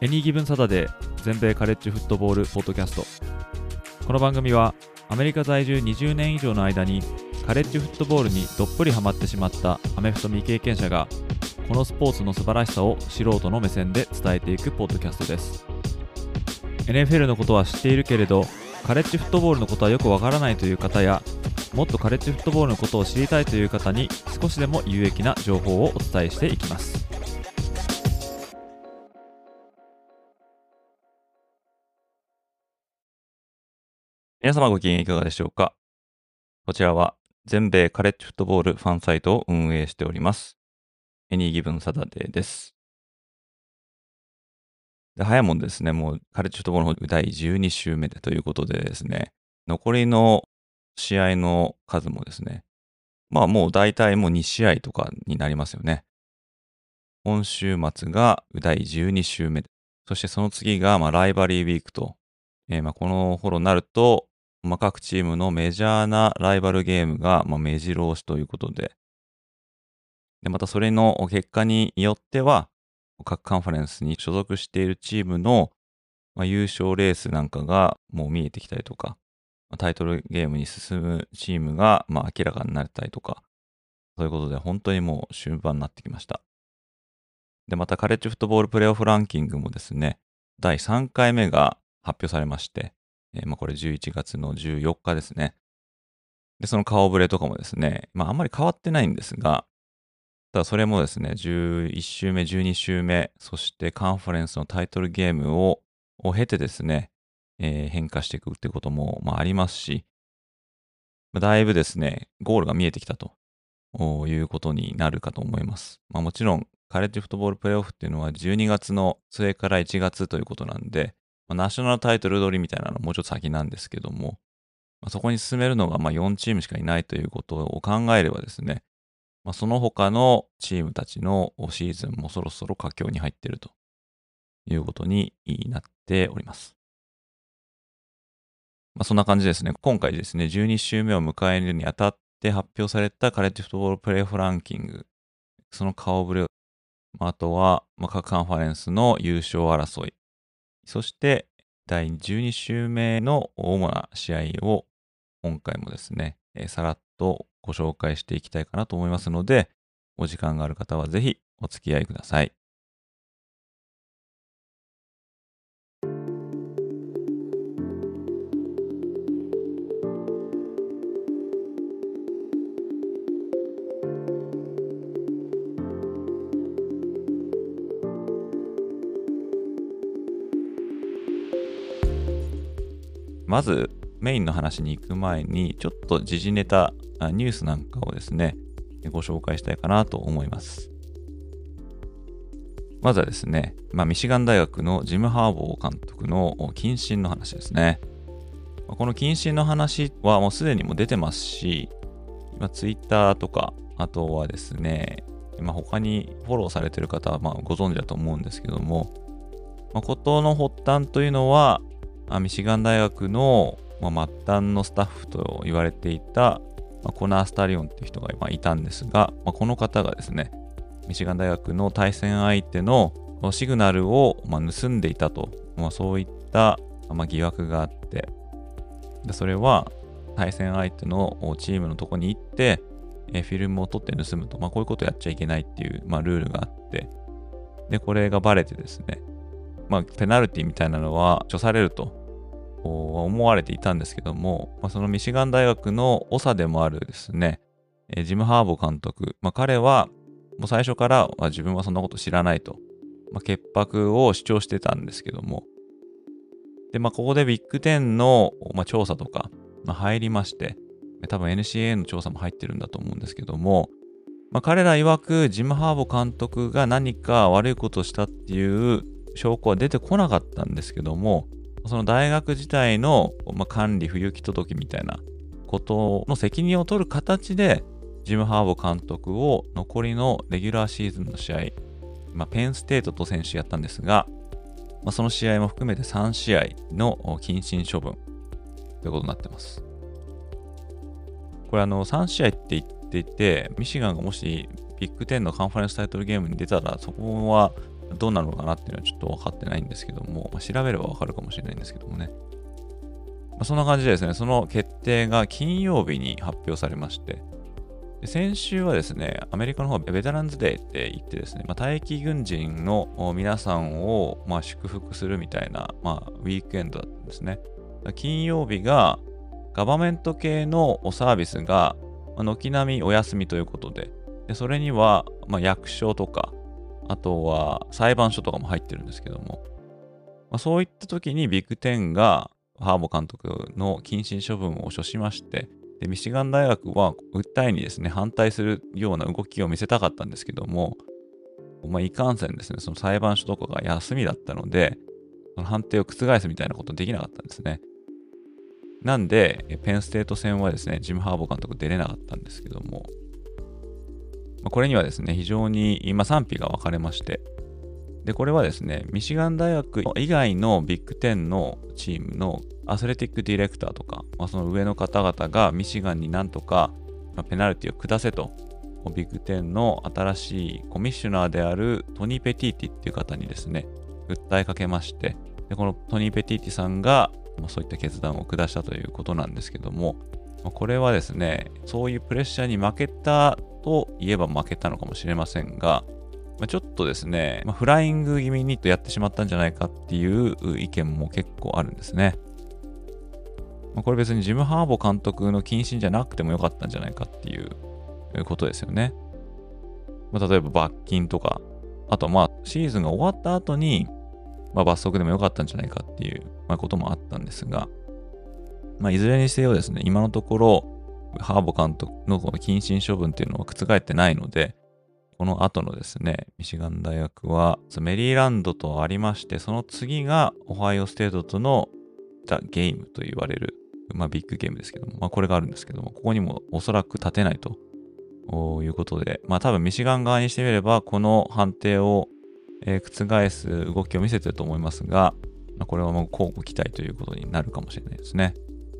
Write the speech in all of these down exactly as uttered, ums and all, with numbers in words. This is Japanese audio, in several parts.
エニーギブンサタデー全米カレッジフットボールポッドキャスト。この番組はアメリカ在住にじゅうねん以上の間にカレッジフットボールにどっぷりハマってしまったアメフト未経験者がこのスポーツの素晴らしさを素人の目線で伝えていくポッドキャストです。 エヌエフエル のことは知っているけれどカレッジフットボールのことはよくわからないという方や、もっとカレッジフットボールのことを知りたいという方に少しでも有益な情報をお伝えしていきます。皆様ご機嫌いかがでしょうか。こちらは全米カレッジフットボールファンサイトを運営しておりますエニーギブンサタデーです。で早いもんですね、もうカレッジフットボールのだいじゅうに週目でということでですね、残りの試合の数もですね、まあもう大体もうに試合とかになりますよね。今週末がだいじゅうに週目で、そしてその次がまあライバリーウィークと、えー、まあこの頃になると、まあ、各チームのメジャーなライバルゲームがまあ目白押しということで、でまたそれの結果によっては、各カンファレンスに所属しているチームの、まあ、優勝レースなんかがもう見えてきたりとか、タイトルゲームに進むチームがまあ明らかになったりとか、そういうことで本当にもう終盤になってきました。で、またカレッジフットボールプレーオフランキングもですね、だいさんかいめが発表されまして、えー、まあこれじゅういちがつのじゅうよっかですね。で、その顔ぶれとかもですね、まああんまり変わってないんですが、ただそれもですね、じゅういち週目、じゅうに週目、そしてカンファレンスのタイトルゲームをを経てですね、えー変化していくっていうことも、まあ、ありますし、まあだいぶですね、ゴールが見えてきたということになるかと思います。まあ、もちろん、カレッジフットボールプレーオフっていうのはじゅうにがつの末からいちがつということなんで、まあ、ナショナルタイトル取りみたいなのもうちょっと先なんですけども、まあ、そこに進めるのがまあよんチームしかいないということを考えればですね、まあ、その他のチームたちのシーズンもそろそろ佳境に入っているということになっております。まあ、そんな感じですね。今回ですね、じゅうに週目を迎えるにあたって発表されたカレッジフットボールプレーオフランキング、その顔ぶれ、あとは、まあ、各カンファレンスの優勝争い、そしてだいじゅうに週目の主な試合を今回もですね、えーさらっとご紹介していきたいかなと思いますので、お時間がある方はぜひお付き合いください。まずメインの話に行く前にちょっと時事ネタ、ニュースなんかをですね、ご紹介したいかなと思います。まずはですね、まあ、ミシガン大学のジム・ハーボー監督の謹慎の話ですね。この謹慎の話はもうすでにも出てますし、まあ、ツイッターとか、あとはですね、まあ、他にフォローされている方はまあご存知だと思うんですけども、まあ、事の発端というのは、ミシガン大学の、まあ、末端のスタッフと言われていた、まあ、コナー・スタリオンっていう人がまあいたんですが、まあ、この方がですね、ミシガン大学の対戦相手のシグナルをまあ盗んでいたと、まあ、そういったまあ疑惑があって、でそれは対戦相手のチームのとこに行って、えフィルムを取って盗むと、まあ、こういうことをやっちゃいけないっていう、まあ、ルールがあって、で、これがバレてですね、まあ、ペナルティみたいなのは処されると思われていたんですけども、まあ、そのミシガン大学の長でもあるですね、えジム・ハーボ監督、まあ、彼はもう最初から自分はそんなこと知らないと、まあ、潔白を主張してたんですけども、で、まあ、ここでビッグテンの、まあ、調査とか、まあ、入りまして、多分 エヌシーエー の調査も入ってるんだと思うんですけども、まあ、彼ら曰くジム・ハーボ監督が何か悪いことをしたっていう証拠は出てこなかったんですけども、その大学自体の、まあ、管理不行き届きみたいなことの責任を取る形で、ジム・ハーボ監督を残りのレギュラーシーズンの試合、まあ、ペンステートと選手やったんですが、まあ、その試合も含めてさん試合の謹慎処分ということになってます。これあのさん試合って言っていて、ミシガンがもしビッグテンのカンファレンスタイトルゲームに出たら、そこはどうなのかなっていうのはちょっと分かってないんですけども、まあ、調べれば分かるかもしれないんですけどもね。まあ、そんな感じでですね、その決定が金曜日に発表されまして、で先週はですね、アメリカの方はベテランズデーって言ってですね、まあ、退役軍人の皆さんをまあ祝福するみたいな、まあ、ウィークエンドだったんですね。金曜日がガバメント系のサービスが軒並みお休みということで、でそれにはまあ役所とか、あとは裁判所とかも入ってるんですけども、まあ、そういった時にビッグテンがハーボ監督の謹慎処分を処しまして、でミシガン大学は訴えにですね、反対するような動きを見せたかったんですけども、まあ、いかんせんですね、その裁判所とかが休みだったので、その判定を覆すみたいなことできなかったんですね。なんで、ペンステート戦はですね、ジム・ハーボ監督出れなかったんですけども、まあ、これにはですね、非常に今賛否が分かれまして、で、これはですね、ミシガン大学以外のビッグテンのチームのアスレティックディレクターとか、まあ、その上の方々がミシガンになんとか、まあ、ペナルティを下せと、ビッグテンの新しいコミッショナーであるトニー・ペティーティっていう方にですね、訴えかけまして、でこのトニー・ペティーティさんが、まあ、そういった決断を下したということなんですけども、まあ、これはですね、そういうプレッシャーに負けたといえば負けたのかもしれませんが、まあ、ちょっとですね、まあ、フライング気味にとやってしまったんじゃないかっていう意見も結構あるんですね。まあ、これ別にジム・ハーボ監督の謹慎じゃなくてもよかったんじゃないかっていうことですよね。まあ、例えば罰金とか、あとまあシーズンが終わった後に、まあ、罰則でもよかったんじゃないかっていう、まあ、こともあったんですが、まあ、いずれにせよですね、今のところハーボ監督のこの謹慎処分っていうのは覆ってないので、この後のですね、ミシガン大学はメリーランドとありまして、その次がオハイオステートとのザ・ゲームと言われる、まあ、ビッグゲームですけども、まあ、これがあるんですけども、ここにもおそらく立てないということで、まあ多分ミシガン側にしてみれば、この判定を、えー、覆す動きを見せてると思いますが、まあ、これはもう交互期待ということになるかもしれないですね。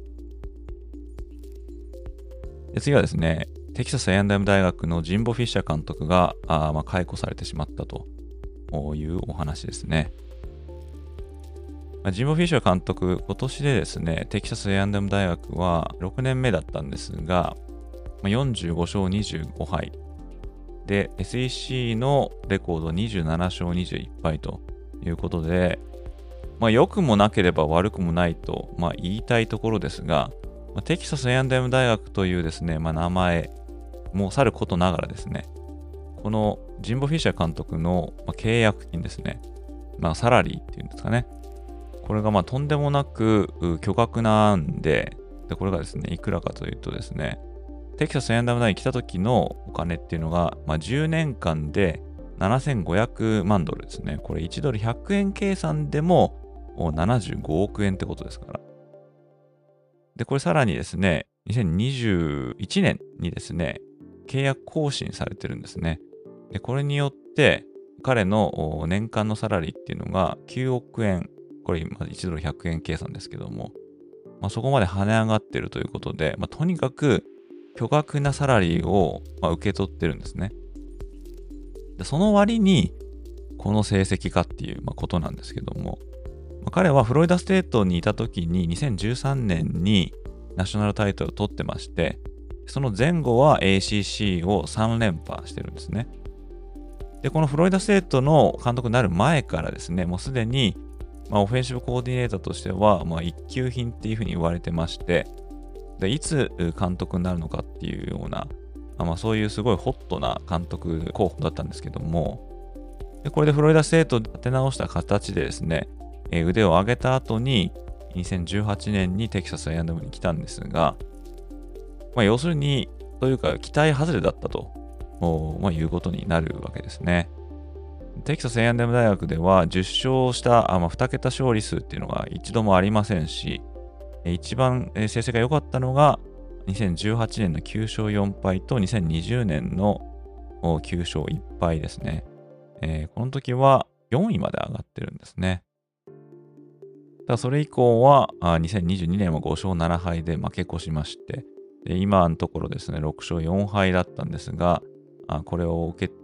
で次はですね、テキサス エーアンドエム 大学のジンボ・フィッシャー監督があまあ解雇されてしまったというお話ですね。まあ、ジンボ・フィッシャー監督、今年でですね、テキサス エーアンドエム 大学はろくねんめだったんですが、まあ、よんじゅうごしょうにじゅうごはいで エスイーシー のレコードにじゅうななしょうにじゅういっぱいということで、まあ、良くもなければ悪くもないと、まあ、言いたいところですが、まあ、テキサス エーアンドエム 大学というですね、まあ、名前もさることながらですね、このジンボ・フィッシャー監督の契約金ですね、まあ、サラリーっていうんですかね、これがまあとんでもなく巨額なんで、でこれがですね、いくらかというとですね、テキサス エーアンドエム 大に来た時のお金っていうのが、まあ、じゅうねんかんでななせんごひゃくまんドルですね。これいちドルひゃくえん計算でもななじゅうごおくえんってことですから。で、これさらにですね、にせんにじゅういちねんにですね、契約更新されてるんですね。で、これによって彼の年間のサラリーっていうのがきゅうおくえん、これ今いちドルひゃくえん計算ですけども、まあ、そこまで跳ね上がってるということで、まあ、とにかく巨額なサラリーを、まあ、受け取ってるんですね。でその割に、この成績かっていう、まあ、ことなんですけども、まあ、彼はフロリダステートにいた時ににせんじゅうさんねんにナショナルタイトルを取ってまして、その前後は エーシーシー をさんれんぱしてるんですね。で、このフロリダステートの監督になる前からですね、もうすでに、まあ、オフェンシブコーディネーターとしては、まあ、一級品っていうふうに言われてまして、でいつ監督になるのかっていうような、まあ、そういうすごいホットな監督候補だったんですけども、でこれでフロリダステートを立て直した形でですね、えー、腕を上げた後ににせんじゅうはちねんにテキサス エーアンドエム に来たんですが、まあ、要するに、というか期待外れだったと、まあ、いうことになるわけですね。テキサス エーアンドエム 大学ではじゅっしょうした、あまあ、にけた勝利数っていうのが一度もありませんし、一番成績が良かったのがにせんじゅうはちねんのきゅうしょうよんぱいとにせんにじゅうねんのきゅうしょういっぱいですね。えー、この時はよんいまで上がってるんですね。ただそれ以降はにせんにじゅうにねんはごしょうななはいで負け越しまして、で今のところですね、ろくしょうよんはいだったんですが、あこれを受けて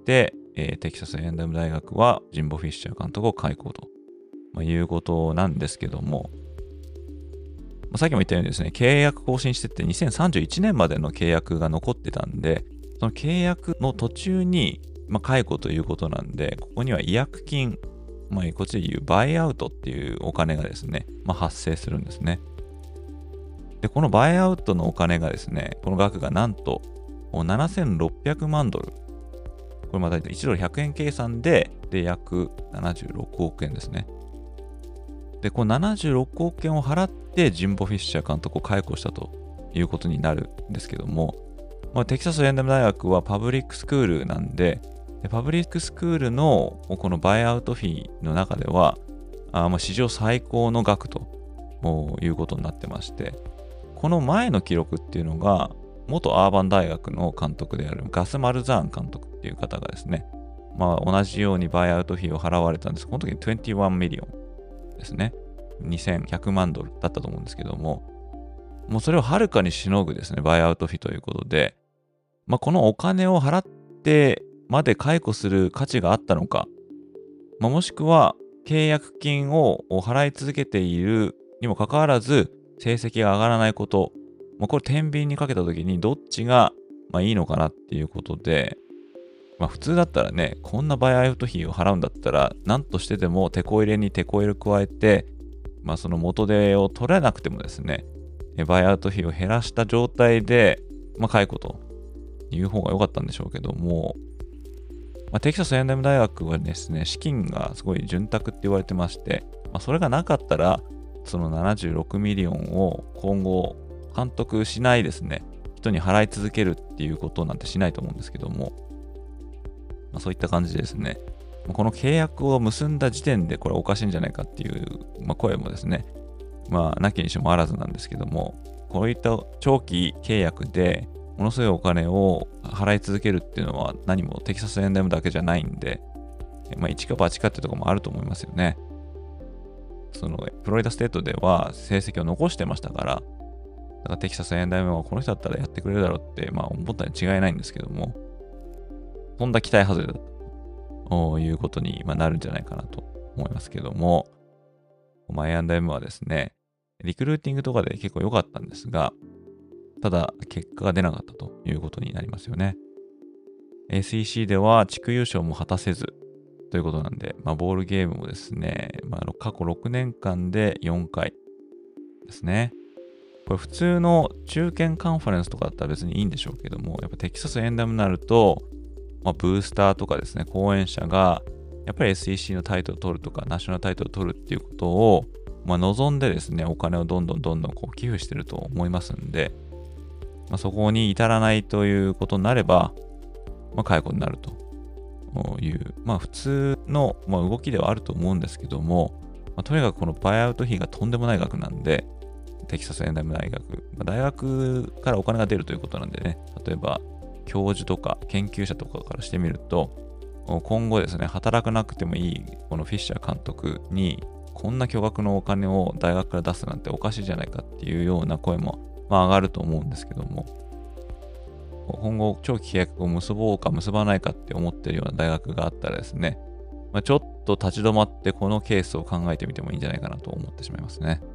えー、テキサス エーアンドエム 大学はジンボ・フィッシャー監督を解雇と、まあ、いうことなんですけども、まあ、さっきも言ったようにですね、契約更新してってにせんさんじゅういちねんまでの契約が残ってたんで、その契約の途中に、まあ、解雇ということなんで、ここには違約金、まあ、こっちで言うバイアウトっていうお金がですね、まあ、発生するんですね。で、このバイアウトのお金がですね、この額がなんとななせんろっぴゃくまんドル。これまたいちドルひゃくえん計算で、で、約ななじゅうろくおくえんですね。で、このななじゅうろくおくえんを払ってジンボ・フィッシャー監督を解雇したということになるんですけども、まあ、テキサス エーアンドエム 大学はパブリックスクールなんで、でパブリックスクールのこのバイアウトフィーの中では、あまあ史上最高の額ということになってまして、この前の記録っていうのが、元アーバン大学の監督であるガス・マルザーン監督っていう方がですね、まあ同じようにバイアウトフィーを払われたんです。この時ににじゅういちミリオンですね。にせんひゃくまんドルだったと思うんですけども、もうそれをはるかにしのぐですね、バイアウトフィーということで、まあこのお金を払ってまで解雇する価値があったのか、まあ、もしくは契約金を払い続けているにもかかわらず、成績が上がらないこと、まあ、これ天秤にかけたときにどっちがまあいいのかなっていうことで、まあ、普通だったらね、こんなバイアウト費を払うんだったら、何としてでもテこ入れにテこ入れを加えて、まあ、その元手を取らなくてもですね、バイアウト費を減らした状態で、まあ、解雇という方が良かったんでしょうけども、まあ、テキサス エーアンドエム 大学はですね、資金がすごい潤沢って言われてまして、まあ、それがなかったら、そのななじゅうろくミリオンを今後監督しないですね、人に払い続けるっていうことなんてしないと思うんですけども、まあ、そういった感じでですね、この契約を結んだ時点でこれおかしいんじゃないかっていう、まあ、声もですね、まあ、なきにしもあらずなんですけども、こういった長期契約でものすごいお金を払い続けるっていうのは何もテキサス エーアンドエム だけじゃないんで、まあ、一か八かっていうところもあると思いますよね。そのフロリダステートでは成績を残してましたから、だからテキサス エーアンドエム はこの人だったらやってくれるだろうって、まあ、思ったに違いないんですけども、そんな期待外れだということになるんじゃないかなと思いますけども、まあ、エーアンドエム はですね、リクルーティングとかで結構良かったんですが、ただ結果が出なかったということになりますよね。エーシーシー では地区優勝も果たせずということなんで、まあ、ボールゲームもですね、まあ、過去ろくねんかんでよんかいですね。これ普通の中堅カンファレンスとかだったら別にいいんでしょうけども、やっぱテキサス エーアンドエム になると、まあ、ブースターとかですね、講演者がやっぱり エスイーシー のタイトルを取るとか、ナショナルタイトルを取るっていうことを、まあ、望んでですね、お金をどんどんどんどんこう寄付してると思いますんで、まあ、そこに至らないということになれば、まあ、解雇になるという、まあ、普通の、まあ、動きではあると思うんですけども、まあ、とにかくこのバイアウト費がとんでもない額なんで、テキサス エーアンドエム 大学、まあ、大学からお金が出るということなんでね、例えば教授とか研究者とかからしてみると、今後ですね、働かなくてもいいこのフィッシャー監督にこんな巨額のお金を大学から出すなんておかしいじゃないかっていうような声も、まあ、上がると思うんですけども、今後長期契約を結ぼうか結ばないかって思ってるような大学があったらですね、まあ、ちょっと立ち止まってこのケースを考えてみてもいいんじゃないかなと思ってしまいますね。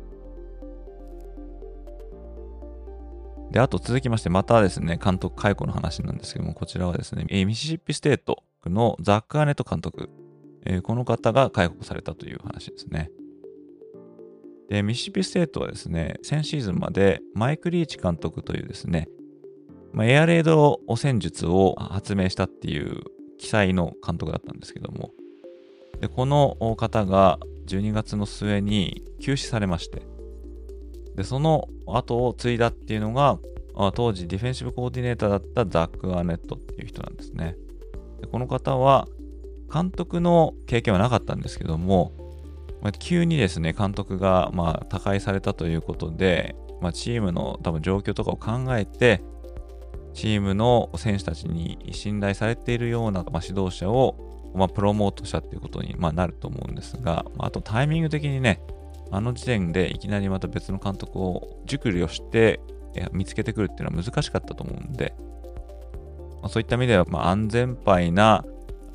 で、あと続きましてまたですね、監督解雇の話なんですけども、こちらはですね、ミシシッピステートのザック・アネット監督、えー、この方が解雇されたという話ですね。で、ミシシッピステートはですね、先シーズンまでマイク・リーチ監督というですね、まあ、エアレード汚染術を発明したっていう記載の監督だったんですけども、で、この方がじゅうにがつの末に急死されまして、で、その後を継いだっていうのが、当時ディフェンシブコーディネーターだったザック・アーネットっていう人なんですね。で、この方は監督の経験はなかったんですけども、まあ、急にですね、監督がまあ他界されたということで、まあ、チームの多分状況とかを考えて、チームの選手たちに信頼されているような、まあ、指導者を、まあ、プロモートしたっていうことに、まあ、なると思うんですが、まあ、あとタイミング的にね、あの時点でいきなりまた別の監督を熟慮して見つけてくるっていうのは難しかったと思うんで、まあ、そういった意味では、まあ、安全牌な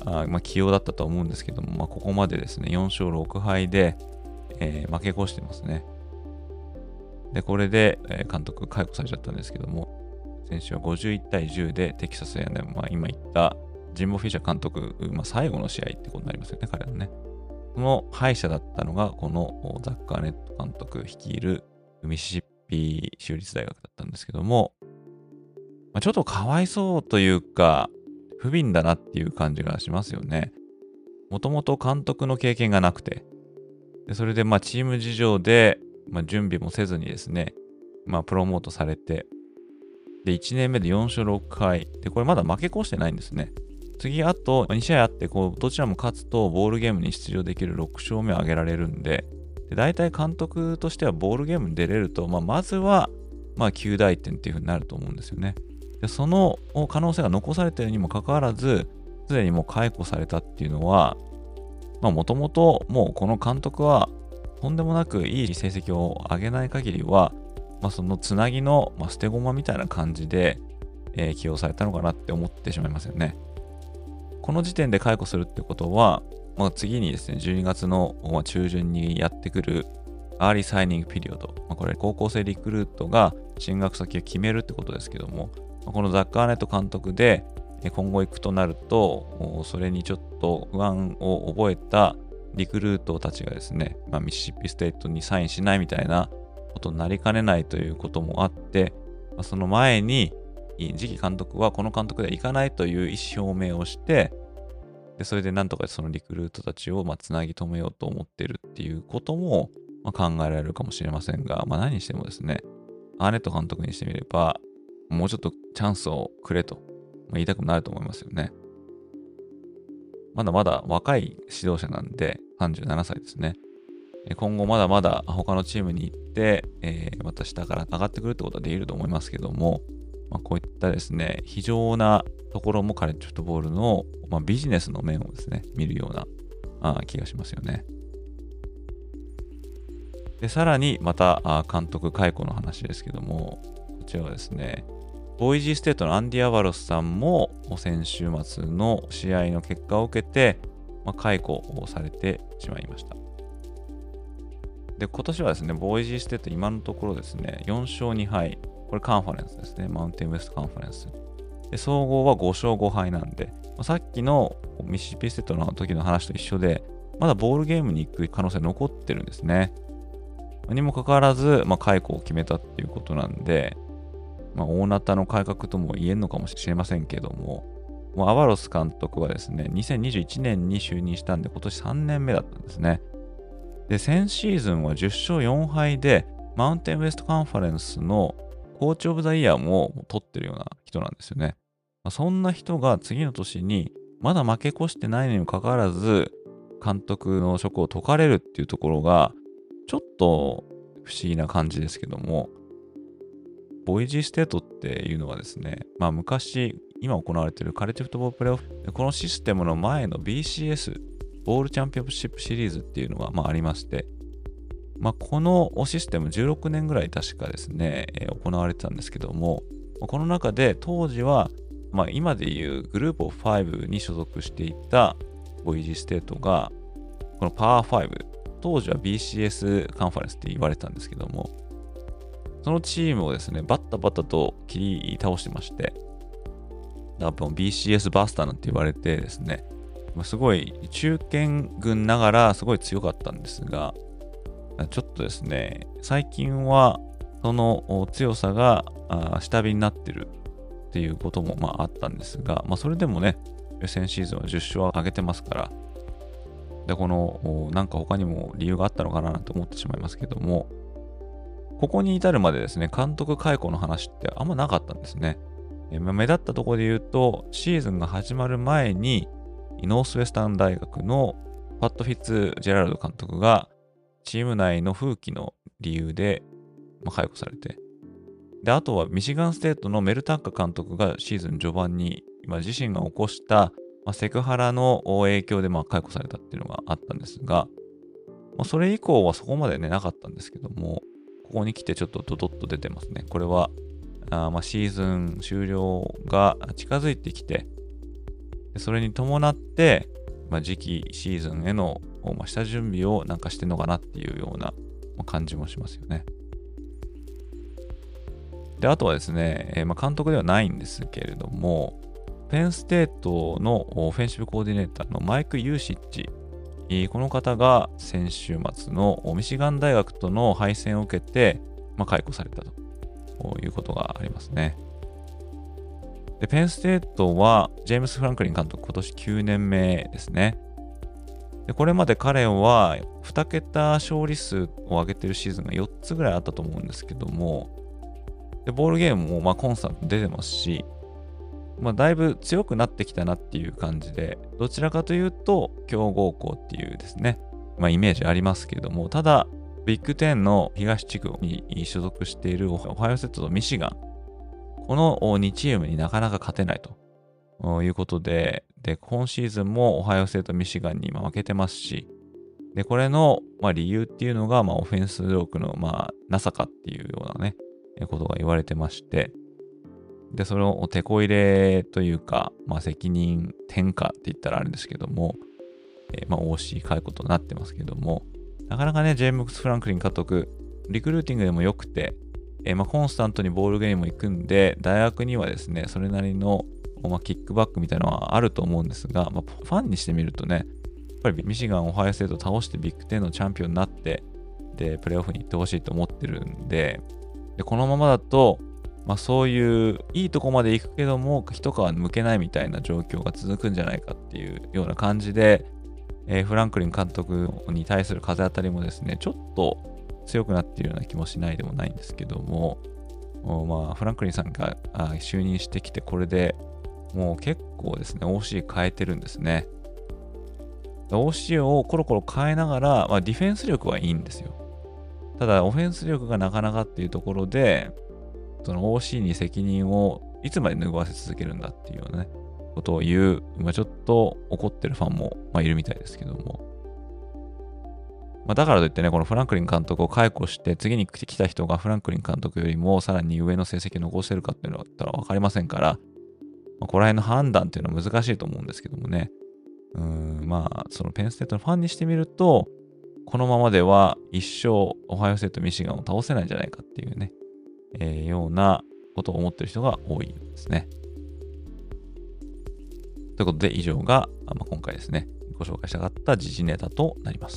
あまあ、起用だったとは思うんですけども、まあ、ここまでですね、よんしょうろくはいで、えー負け越してますね。で、これで、えー監督解雇されちゃったんですけども、先週はごじゅういちたいじゅうでテキサス エーアンドエム、まあ、今言ったジンボ・フィッシャー監督、まあ、最後の試合ってことになりますよね、彼のね。その敗者だったのが、このザッカーネット監督率いるミシシッピ州立大学だったんですけども、まあ、ちょっとかわいそうというか、不憫だなっていう感じがしますよね。もともと監督の経験がなくて、でそれでまあチーム事情で、まあ、準備もせずにですね、まあ、プロモートされて、で、いちねんめでよんしょうろくはい。で、これまだ負け越してないんですね。次、あとに試合あって、こう、どちらも勝つと、ボールゲームに出場できるろくしょうめを挙げられるんで、で大体監督としてはボールゲームに出れると、まあ、まずは、まあ、きゅうだいてんっていう風になると思うんですよね。で、その可能性が残されているにもかかわらず、すでにもう解雇されたっていうのは、まあ、もともともうこの監督は、とんでもなくいい成績を上げない限りは、まあ、そのつなぎの、まあ、捨て駒みたいな感じで、えー起用されたのかなって思ってしまいますよね。この時点で解雇するってことは、まあ、次にですね、じゅうにがつの、まあ、中旬にやってくるアーリーサイニングピリオド、まあ、これ高校生リクルートが進学先を決めるってことですけども、まあこのザッカーネット監督でえー今後行くとなると、もうそれにちょっと不安を覚えたリクルートたちがですね、まあ、ミシシッピステートにサインしないみたいなことになりかねないということもあって、まあ、その前に次期監督はこの監督では行かないという意思表明をして、でそれでなんとかそのリクルートたちをまあつなぎ止めようと思っているっていうこともまあ考えられるかもしれませんが、まあ、何にしてもですね、アーネット監督にしてみれば、もうちょっとチャンスをくれと言いたくなると思いますよね。まだまだ若い指導者なんで、さんじゅうななさいですね。今後まだまだ他のチームに行って、えーまた下から上がってくるってことはできると思いますけども、まあ、こういったですね、非常なところもカレッジフットボールの、まあ、ビジネスの面をですね、見るようなあ気がしますよね。で、さらにまたあ監督解雇の話ですけども、こちらはですね、ボイジーステートのアンディ・アバロスさんも先週末の試合の結果を受けて、まあ、解雇をされてしまいました。で、今年はですね、ボイジーステート今のところですね、よんしょうにはい。これカンファレンスですね。マウンテンウェストカンファレンス。で、総合はごしょうごはいなんで、まあ、さっきのミシシッピステートの時の話と一緒で、まだボールゲームに行く可能性残ってるんですね。にもかかわらず、まあ、解雇を決めたっていうことなんで、まあ、大なたの改革とも言えるのかもしれませんけども、もうアバロス監督はですね、にせんにじゅういちねんに就任したんで、今年さんねんめだったんですね。で、先シーズンはじゅっしょうよんはいで、マウンテンウェストカンファレンスのコーチオブザイヤーも取ってるような人なんですよね。まあ、そんな人が次の年に、まだ負け越してないのにもかかわらず、監督の職を解かれるっていうところが、ちょっと不思議な感じですけども、ボイジーステートっていうのはですね、まあ昔、今行われているカレッジフットボールプレーオフ、このシステムの前の ビーシーエス、ボールチャンピオンシップシリーズっていうのがまあありまして、まあ、このシステムじゅうろくねんぐらい確かですね、えー行われてたんですけども、この中で当時は、まあ、今でいうグループオブごに所属していたボイジーステートが、このパワーご、当時は ビーシーエス カンファレンスって言われてたんですけども、そのチームをですね、バッタバタと切り倒してまして、多分 ビーシーエス バスターなんて言われてですね、すごい中堅軍ながらすごい強かったんですが、ちょっとですね、最近はその強さが下火になってるっていうこともまああったんですが、まあ、それでもね、先シーズンはじゅっしょう上げてますから、で、この、なんか他にも理由があったのかなと思ってしまいますけども、ここに至るまでですね、監督解雇の話ってあんまなかったんですね。え目立ったところで言うと、シーズンが始まる前に、ノースウェスタン大学のパット・フィッツジェラルド監督が、チーム内の風紀の理由で、まあ、解雇されて、で、あとはミシガンステートのメルタッカ監督がシーズン序盤に、まあ、自身が起こした、まあ、セクハラの影響でまあ解雇されたっていうのがあったんですが、まあ、それ以降はそこまでね、なかったんですけども、ここに来てちょっとドドッと出てますね。これは、あまあシーズン終了が近づいてきて、 でそれに伴って、まあ、次期シーズンへの、まあ、下準備をなんかしてんのかなっていうような、まあ、感じもしますよね。で、あとはですね、えーまあ、監督ではないんですけれども、ペンステートのオフェンシブコーディネーターのマイク・ユーシッチ、この方が先週末のミシガン大学との敗戦を受けて、まあ、解雇されたということがありますね。で、ペンステートはジェームス・フランクリン監督今年きゅうねんめですね。で、これまで彼はに桁勝利数を上げてるシーズンがよっつぐらいあったと思うんですけども、でボールゲームもまあコンスタントに出てますし、まあ、だいぶ強くなってきたなっていう感じで、どちらかというと強豪校っていうですね、まあ、イメージありますけれども、ただビッグテンの東地区に所属しているオハイオステートとミシガン、このにチームになかなか勝てないということで、で今シーズンもオハイオステート、ミシガンに負けてますし、でこれのまあ理由っていうのが、まあ、オフェンス力のまあなさかっていうようなね、ことが言われてまして、で、それを手こ入れというか、まあ、責任転嫁って言ったらあるんですけども、えー、まあ、オーシー 解雇となってますけども、なかなかね、ジェームス・フランクリン監督、リクルーティングでも良くて、えー、まあ、コンスタントにボールゲームも行くんで、大学にはですね、それなりの、まあ、キックバックみたいなのはあると思うんですが、まあ、ファンにしてみるとね、やっぱりミシガン、オハイオステートを倒してビッグテンのチャンピオンになって、で、プレーオフに行ってほしいと思ってるんで、でこのままだと、まあ、そういういいとこまで行くけども一皮向けないみたいな状況が続くんじゃないかっていうような感じで、えー、フランクリン監督に対する風当たりもですね、ちょっと強くなっているような気もしないでもないんですけども、まあ、フランクリンさんが就任してきて、これでもう結構ですね、オーシー 変えてるんですね。オーシー をコロコロ変えながら、まあ、ディフェンス力はいいんですよ。ただ、オフェンス力がなかなかっていうところで、その オーシー に責任をいつまで拭わせ続けるんだっていうようなね、ことを言う、まあ、ちょっと怒ってるファンも、まあ、いるみたいですけども。まあ、だからといってね、このフランクリン監督を解雇して、次に来た人がフランクリン監督よりもさらに上の成績を残してるかっていうのだったら分かりませんから、まあ、ここら辺の判断っていうのは難しいと思うんですけどもね。うーん、まあ、そのペンステートのファンにしてみると、このままでは一生オハイオステート、ミシガンを倒せないんじゃないかっていうね、えー、ようなことを思っている人が多いですね。ということで以上が、まあ、今回ですね、ご紹介したかった時事ネタとなります。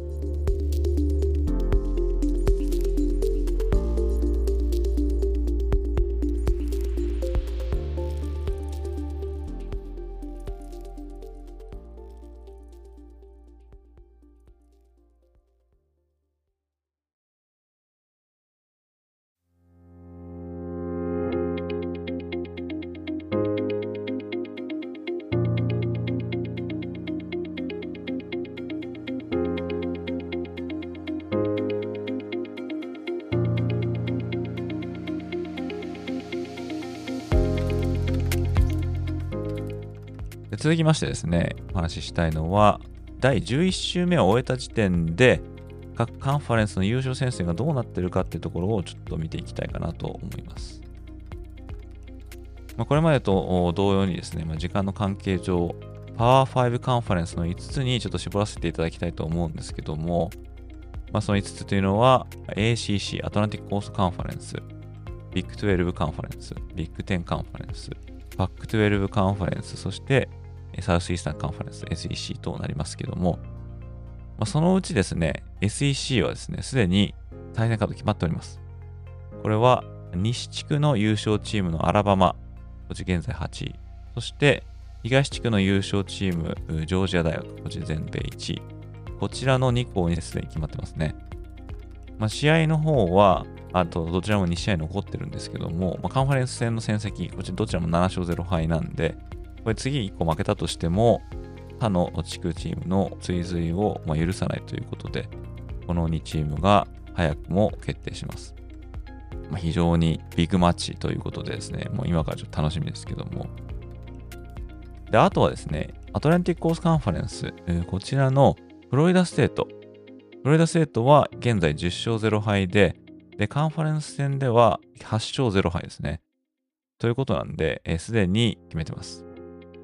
続きましてですね、お話ししたいのは、だいじゅういち週目を終えた時点で、各カンファレンスの優勝戦線がどうなってるかっていうところをちょっと見ていきたいかなと思います。まあ、これまでと同様にですね、まあ、時間の関係上、パワーファイブカンファレンスのいつつにちょっと絞らせていただきたいと思うんですけども、まあ、そのいつつというのは、エーシーシー、アトランティックコーストカンファレンス、ビッグじゅうにカンファレンス、ビッグテンカンファレンス、パックじゅうにカンファレンス、そしてサウスイースタンカンファレンス、エスイーシー となりますけども、まあ、そのうちですね、エスイーシー はですね、すでに対戦カード決まっております。これは西地区の優勝チームのアラバマ、こちら現在はちい。そして東地区の優勝チーム、ジョージア大学、こちら全米いちい。こちらのに校にすでに決まってますね。まあ、試合の方は、あとどちらもに試合残ってるんですけども、まあ、カンファレンス戦の戦績、こちらどちらもなな勝ぜろ敗なんで、これ次いっこ負けたとしても、他の地区チームの追随をまあ許さないということで、このにチームが早くも決定します。まあ、非常にビッグマッチということでですね、もう今からちょっと楽しみですけども。で、あとはですね、アトランティックコースカンファレンス、えー、こちらのフロリダステート。フロリダステートは現在じゅっ勝ぜろ敗で、で、カンファレンス戦でははち勝ぜろ敗ですね。ということなんで、す、えー、でに決めてます。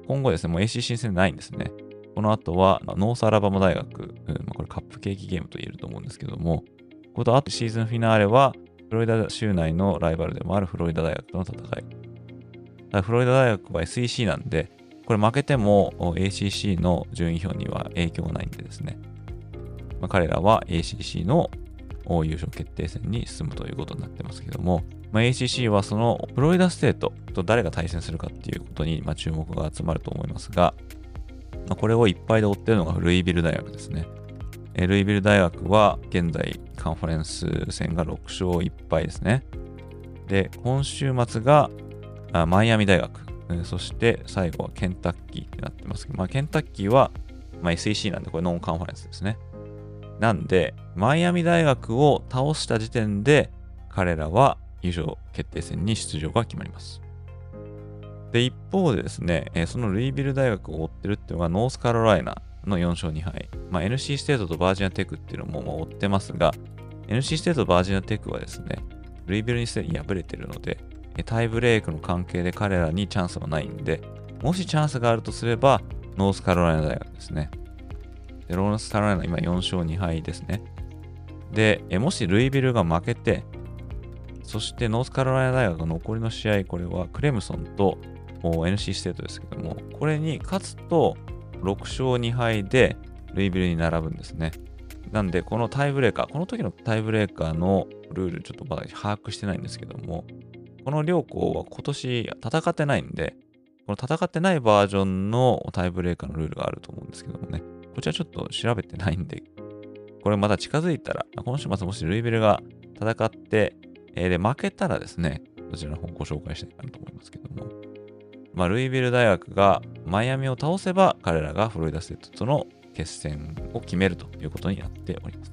今後ですね、もう エーシーシー 戦ないんですね。この後はノースアラバマ大学、うんまあ、これカップケーキゲームと言えると思うんですけども、この後シーズンフィナーレはフロリダ州内のライバルでもあるフロリダ大学との戦い。だからフロリダ大学は エスイーシー なんで、これ負けても エーシーシー の順位表には影響がないんでですね、まあ、彼らは エーシーシー の優勝決定戦に進むということになってますけども、まあ、エーシーシー はそのフロリダステートと誰が対戦するかっていうことにまあ注目が集まると思いますが、まあ、これをいっぱいで追っているのがルイビル大学ですね。えルイビル大学は現在カンファレンス戦がろく勝いっぱいですね。で、今週末があマイアミ大学、そして最後はケンタッキーってなってますけど、まあ、ケンタッキーは、まあ、エスイーシー なんでこれノンカンファレンスですね。なんで、マイアミ大学を倒した時点で彼らは優勝決定戦に出場が決まります。で、一方でですね、そのルイビル大学を追ってるっていうのがノースカロライナのよん勝に敗。まあ、エヌシー ステートとバージニアテックっていうのもまあ追ってますが、エヌシー ステートとバージニアテックはですね、ルイビルにすでに敗れてるので、タイブレークの関係で彼らにチャンスはないんで、もしチャンスがあるとすれば、ノースカロライナ大学ですね。で、ノースカロライナ今よん勝に敗ですね。で、もしルイビルが負けて、そしてノースカロライナ大学の残りの試合、これはクレムソンと エヌシー ステートですけども、これに勝つとろく勝に敗でルイビルに並ぶんですね。なんで、このタイブレーカー、この時のタイブレーカーのルールちょっとまだ把握してないんですけども、この両校は今年戦ってないんで、この戦ってないバージョンのタイブレーカーのルールがあると思うんですけどもね、こちらちょっと調べてないんで、これまだ近づいたら、今週末もしルイビルが戦って、えー、で負けたらですね、そちらの方をご紹介したいかなと思いますけども、まあ、ルイビル大学がマイアミを倒せば、彼らがフロリダステートとの決戦を決めるということになっております。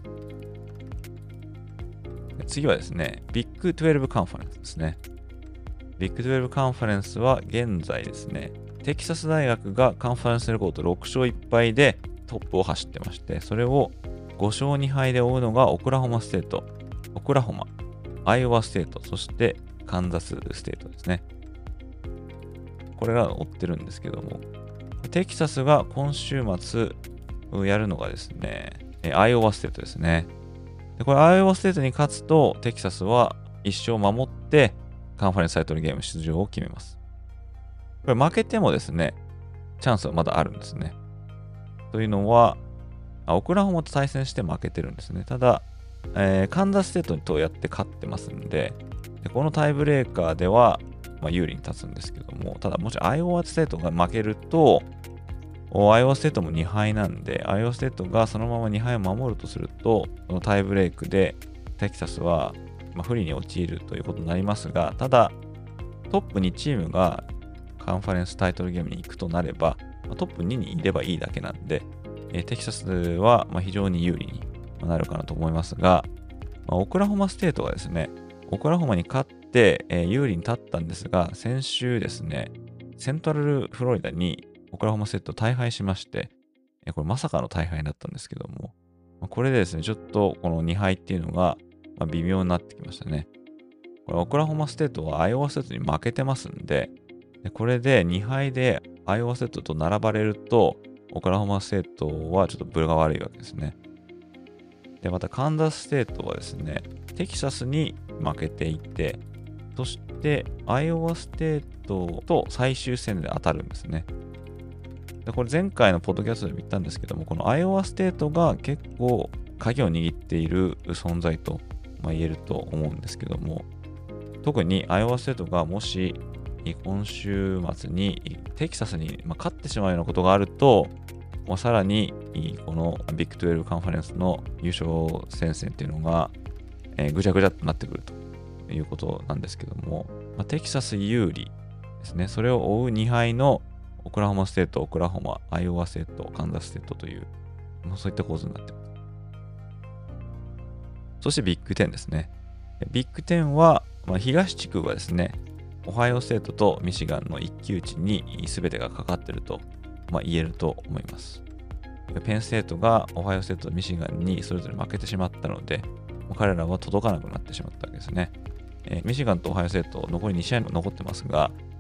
次はですね、ビッグじゅうにカンファレンスですね。ビッグじゅうにカンファレンスは現在ですね、テキサス大学がカンファレンスレコードろく勝いっ敗でトップを走ってまして、それをご勝に敗で追うのがオクラホマステート、オクラホマ、アイオワステート、そしてカンザスステートですね。これが追ってるんですけども、テキサスが今週末やるのがですね、アイオワステートですね。でこれアイオワステートに勝つと、テキサスはいち勝守ってカンファレンスタイトルゲーム出場を決めます。これ負けてもですね、チャンスはまだあるんですね。というのは、オクラホマと対戦して負けてるんですね。ただ、えー、カンザスステートとやって勝ってますんで、でこのタイブレーカーでは、まあ、有利に立つんですけども、ただもしアイオワステートが負けると、アイオワステートもに敗なんで、アイオワステートがそのままに敗を守るとすると、このタイブレークでテキサスはまあ不利に陥るということになりますが、ただ、トップにチームがカンファレンスタイトルゲームに行くとなれば、まあ、トップににいればいいだけなんで、えー、テキサスはまあ非常に有利になるかなと思いますが、まあ、オクラホマステートがですね、オクラホマに勝って、えー、有利に立ったんですが、先週ですね、セントラルフロリダにオクラホマステート大敗しまして、えー、これまさかの大敗だったんですけども、まあ、これでですね、ちょっとこのに敗っていうのが、まあ、微妙になってきましたね。これオクラホマステートはアイオワステートに負けてますんで、でこれでに敗でアイオワステートと並ばれると、オクラホマステートはちょっと分が悪いわけですね。で、またカンザスステートはですね、テキサスに負けていて、そしてアイオワステートと最終戦で当たるんですね。でこれ前回のポッドキャストでも言ったんですけども、このアイオワステートが結構鍵を握っている存在と、まあ、言えると思うんですけども、特にアイオワステートがもし今週末にテキサスに勝ってしまうようなことがあると、もうさらにこのビッグじゅうにカンファレンスの優勝戦線っていうのが、えー、ぐちゃぐちゃとなってくるということなんですけども、まあ、テキサス有利ですね。それを追うに敗のオクラホマステート、オクラホマ、アイオワステート、カンザスステートという、まあ、そういった構図になっています。そしてビッグじゅうですね。ビッグじゅうは、まあ、東地区はですね、オハイオステートとミシガンの一騎打ちに全てがかかっていると、まあ、言えると思います。ペンステートがオハイオステートとミシガンにそれぞれ負けてしまったので、彼らは届かなくなってしまったわけですね。えー、ミシガンとオハイオステート残りに試合残ってますが、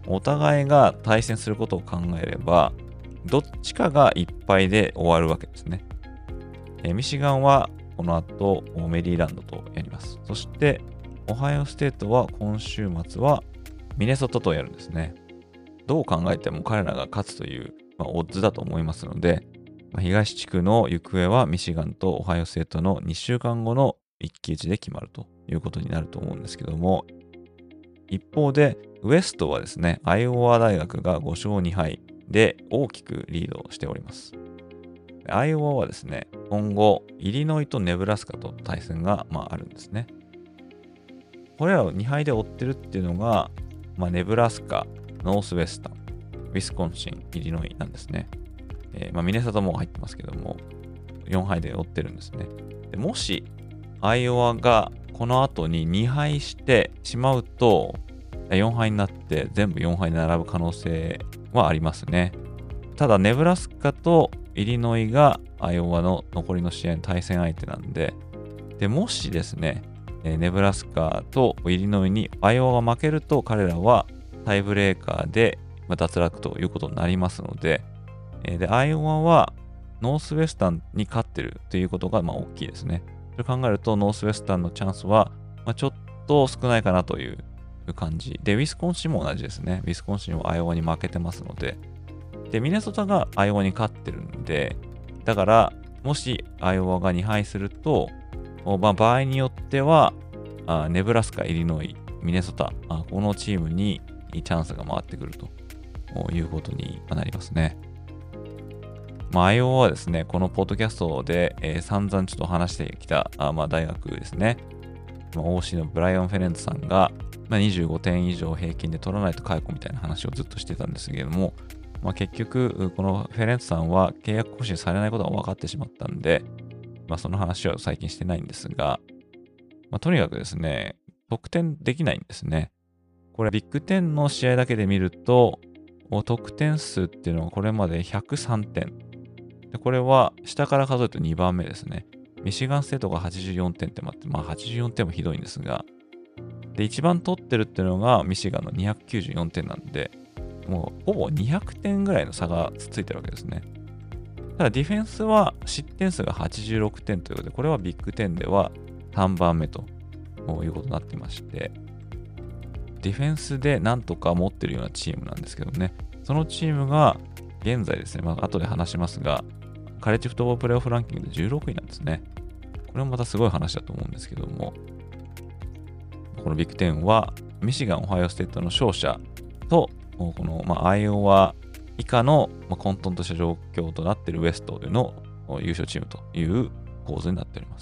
お互いが対戦することを考えれば、どっちかがいっぱいで終わるわけですね。えー、ミシガンはこの後メリーランドとやります。そしてオハイオステートは今週末はミネソタとやるんですね。どう考えても彼らが勝つという、まあ、オッズだと思いますので、まあ、東地区の行方はミシガンとオハイオステートのにしゅうかんごの一騎打ちで決まるということになると思うんですけども、一方でウエストはですね、アイオワ大学がごしょうにはいで大きくリードしております。アイオワはですね、今後、イリノイとネブラスカと対戦が、まあ、あるんですね。これらをにはいで追ってるっていうのが、まあ、ネブラスカ、ノースウェスタン、ウィスコンシン、イリノイなんですね。えーまあ、ミネソタも入ってますけども、よんはいで追ってるんですね。でもし、アイオワがこの後ににはいしてしまうと、よんはいになって全部よんはいに並ぶ可能性はありますね。ただ、ネブラスカとイリノイがアイオワの残りの試合の対戦相手なんで、でもしですね、ネブラスカとイリノイにアイオワが負けると、彼らはタイブレーカーで脱落ということになりますので、で、アイオワはノースウェスタンに勝ってるということがまあ大きいですね。それ考えると、ノースウェスタンのチャンスはまあちょっと少ないかなという感じ。で、ウィスコンシンも同じですね。ウィスコンシンはアイオワに負けてますので、で、ミネソタがアイオワに勝ってるんで、だから、もしアイオワがにはいすると、まあ、場合によってはあ、ネブラスカ、イリノイ、ミネソタ、あこのチームにチャンスが回ってくるということになりますね。まあ、アイオワはですね、このポッドキャストで、えー、散々ちょっと話してきたあ、まあ、大学ですね。まあ、オーシー のブライアン・フェレンツさんが、まあ、にじゅうごてん以上平均で取らないと解雇みたいな話をずっとしてたんですけれども、まあ、結局、このフェレンツさんは契約更新されないことが分かってしまったんで、まあ、その話は最近してないんですが、まあ、とにかくですね、得点できないんですね。これビッグテンの試合だけで見ると、得点数っていうのはこれまでひゃくさんてん。でこれは下から数えるとにばんめですね。ミシガンステートがはちじゅうよんてんってあって、まあはちじゅうよんてんもひどいんですが、で、一番取ってるっていうのがミシガンのにひゃくきゅうじゅうよんてんなんで、もうほぼにひゃくてんぐらいの差がついてるわけですね。ただディフェンスは失点数がはちじゅうろくてんということで、これはビッグテンではさんばんめということになってまして、ディフェンスでなんとか持ってるようなチームなんですけどね、そのチームが現在ですね、まあ後で話しますが、カレッジフットボールプレイオフランキングでじゅうろくいなんですね。これもまたすごい話だと思うんですけども、このビッグテンはミシガン、オハイオステートの勝者と、この、まあ、アイオワ以下の、まあ、混沌とした状況となっているウエストの優勝チームという構図になっております。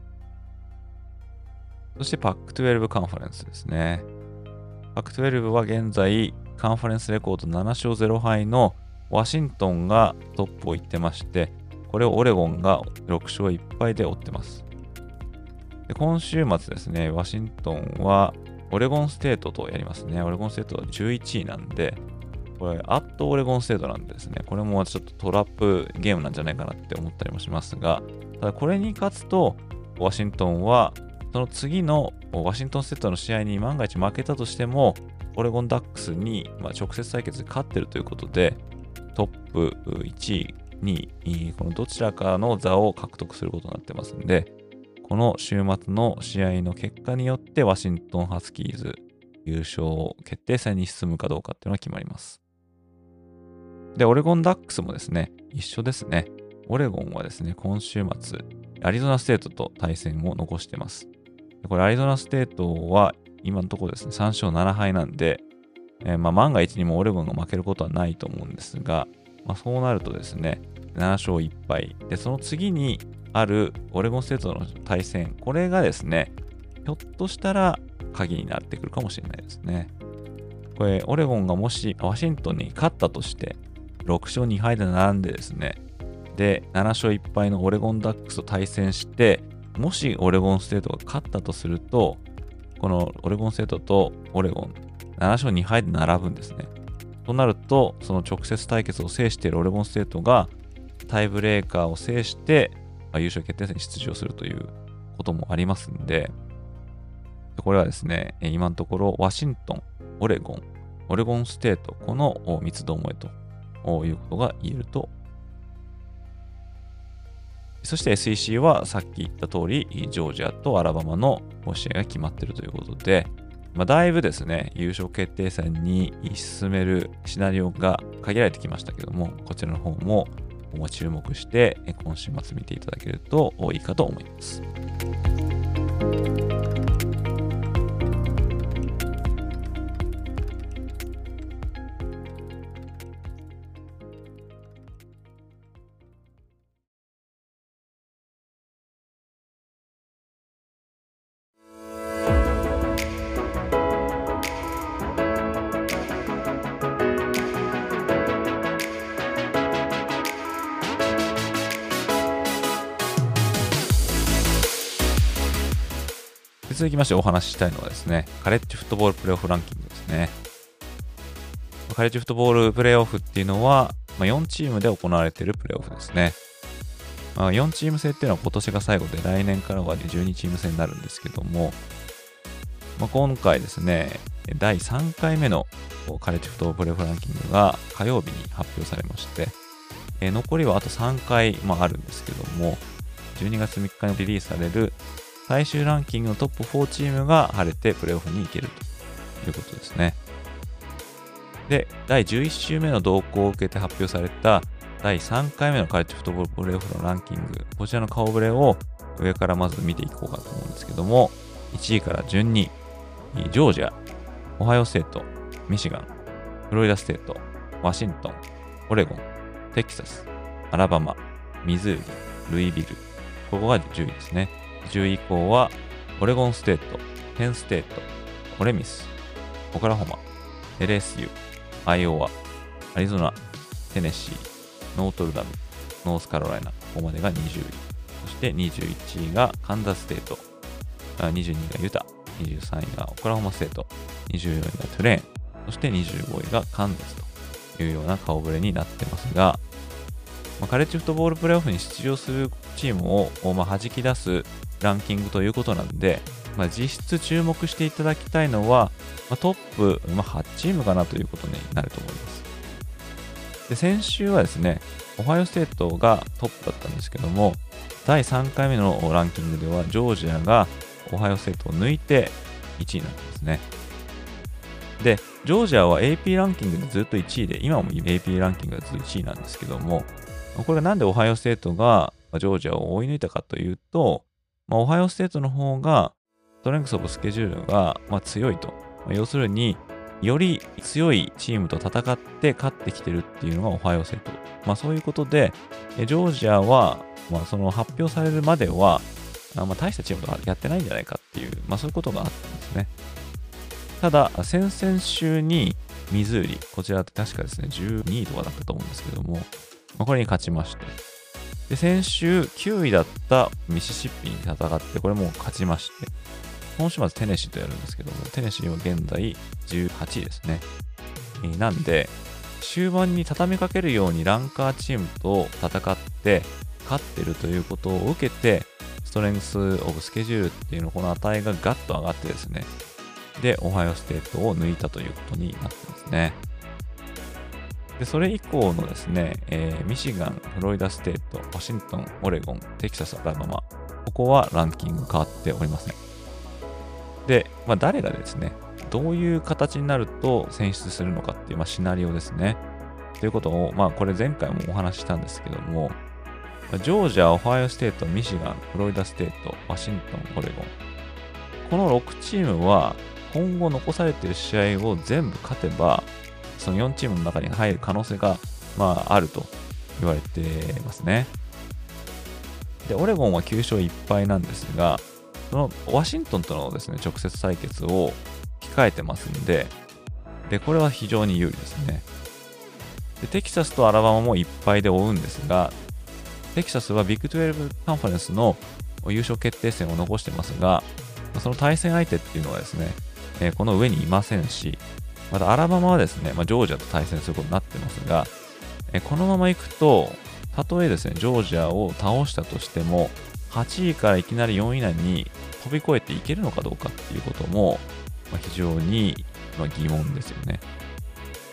そして パックじゅうに カンファレンスですね。パックじゅうに は現在カンファレンスレコードななしょうぜろはいのワシントンがトップを行ってまして、これをオレゴンがろくしょういっぱいで追ってます。で今週末ですね、ワシントンはオレゴンステートとやりますね。オレゴンステートはじゅういちいなんで、これ、アットオレゴンステートなんでですね、これもちょっとトラップゲームなんじゃないかなって思ったりもしますが、ただこれに勝つと、ワシントンは、その次のワシントンステートの試合に万が一負けたとしても、オレゴンダックスに、まあ、直接対決で勝ってるということで、トップいちい、にい、このどちらかの座を獲得することになってますんで、この週末の試合の結果によって、ワシントンハスキーズ優勝決定戦に進むかどうかっていうのが決まります。で、オレゴンダックスもですね、一緒ですね。オレゴンはですね、今週末、アリゾナステートと対戦を残しています。でこれ、アリゾナステートは今のところですね、さんしょうななはいなんで、えー、まあ万が一にもオレゴンが負けることはないと思うんですが、まあ、そうなるとですね、ななしょういっぱい。で、その次にあるオレゴンステートの対戦、これがですね、ひょっとしたら鍵になってくるかもしれないですね。これ、オレゴンがもしワシントンに勝ったとして、ろくしょうにはいで並んでですね、で、ななしょういっぱいのオレゴンダックスと対戦して、もしオレゴンステートが勝ったとすると、このオレゴンステートとオレゴン、ななしょうにはいで並ぶんですね。となると、その直接対決を制しているオレゴンステートが、タイブレーカーを制して、優勝決定戦に出場するということもありますんで、これはですね、今のところワシントン、オレゴン、 オレゴンステート、この三つどもえということが言えると。そして エスイーシー はさっき言った通り、ジョージアとアラバマの試合が決まっているということで、まあ、だいぶですね、優勝決定戦に進めるシナリオが限られてきましたけども、こちらの方も注目して今週末見ていただけるといいかと思います。続きましてお話ししたいのはですね、カレッジフットボールプレーオフランキングですね。カレッジフットボールプレーオフっていうのは、まあ、よんチームで行われているプレーオフですね。まあ、よんチーム制っていうのは今年が最後で来年からはじゅうにチーム制になるんですけども、まあ、今回ですね、だいさんかいめのカレッジフットボールプレーオフランキングが火曜日に発表されまして、えー、残りはあとさんかい、まあ、あるんですけども、じゅうにがつみっかにリリースされる最終ランキングのトップよんチームが晴れてプレーオフに行けるということですね。で、だいじゅういち週目の動向を受けて発表されただいさんかいめのカレッジフットボールプレーオフのランキング、こちらの顔ぶれを上からまず見ていこうかと思うんですけども、いちいから順に、ジョージア、オハイオステート、ミシガン、フロリダステート、ワシントン、オレゴン、テキサス、アラバマ、ミズーリ、ルイビル、ここがじゅういですね。じゅうい以降は、オレゴンステート、ペンステート、オレミス、オクラホマ、エルエスユー、アイオワ、アリゾナ、テネシー、ノートルダム、ノースカロライナ、ここまでがにじゅうい。そしてにじゅういちいがカンザスステート、にじゅうにいがユタ、にじゅうさんいがオクラホマステート、にじゅうよんいがトゥレーン、そしてにじゅうごいがカンザスというような顔ぶれになってますが、まあ、カレッジフットボールプレーオフに出場するチームを、まあ、弾き出すランキングということなんで、まあ、実質注目していただきたいのは、まあ、トップ、まあ、はちチームかなということになると思います。で、先週はですね、オハイオステートがトップだったんですけども、だいさんかいめのランキングではジョージアがオハイオステートを抜いていちいになってますね。で、ジョージアは エーピー ランキングでずっといちいで、今も エーピー ランキングがずっといちいなんですけども、これがなんでオハイオステートがジョージアを追い抜いたかというと、まあ、オハイオステートの方がストレングスオブスケジュールがまあ強いと。まあ、要するに、より強いチームと戦って勝ってきてるっていうのがオハイオステート。まあそういうことで、ジョージアは、まあその発表されるまでは、あまあ大したチームとかやってないんじゃないかっていう、まあそういうことがあったんですね。ただ、先々週にミズーリ、こちらって確かですね、じゅうにいとかだったと思うんですけども、まあ、これに勝ちまして、で、先週きゅういだったミシシッピに戦って、これも勝ちまして、今週末テネシーとやるんですけども、テネシーは現在じゅうはちいですね。えー、なんで、終盤に畳みかけるようにランカーチームと戦って勝ってるということを受けて、ストレングスオブスケジュールっていうのこの値がガッと上がってですね、で、オハイオステートを抜いたということになってますね。で、それ以降のですね、えー、ミシガン、フロリダステート、ワシントン、オレゴン、テキサス、アラバマ、ここはランキング変わっておりません。で、まあ、誰がですね、どういう形になると選出するのかっていう、まあ、シナリオですね。ということを、まあ、これ前回もお話ししたんですけども、ジョージア、オハイオステート、ミシガン、フロリダステート、ワシントン、オレゴン。このろくチームは、今後残されている試合を全部勝てば、そのよんチームの中に入る可能性が、まあ、あると言われてますね。で、オレゴンはきゅうしょういっぱいなんですが、そのワシントンとのですね、直接対決を控えてますんで、で、これは非常に有利ですね。で、テキサスとアラバマもいっぱいで追うんですが、テキサスはビッグじゅうにカンファレンスの優勝決定戦を残してますが、その対戦相手っていうのはですね、えー、この上にいませんし、またアラバマはですね、まあ、ジョージアと対戦することになってますが、えー、このままいくと、たとえですね、ジョージアを倒したとしても、はちいからいきなりよんい以内に飛び越えていけるのかどうかっていうことも、まあ、非常に、まあ、疑問ですよね。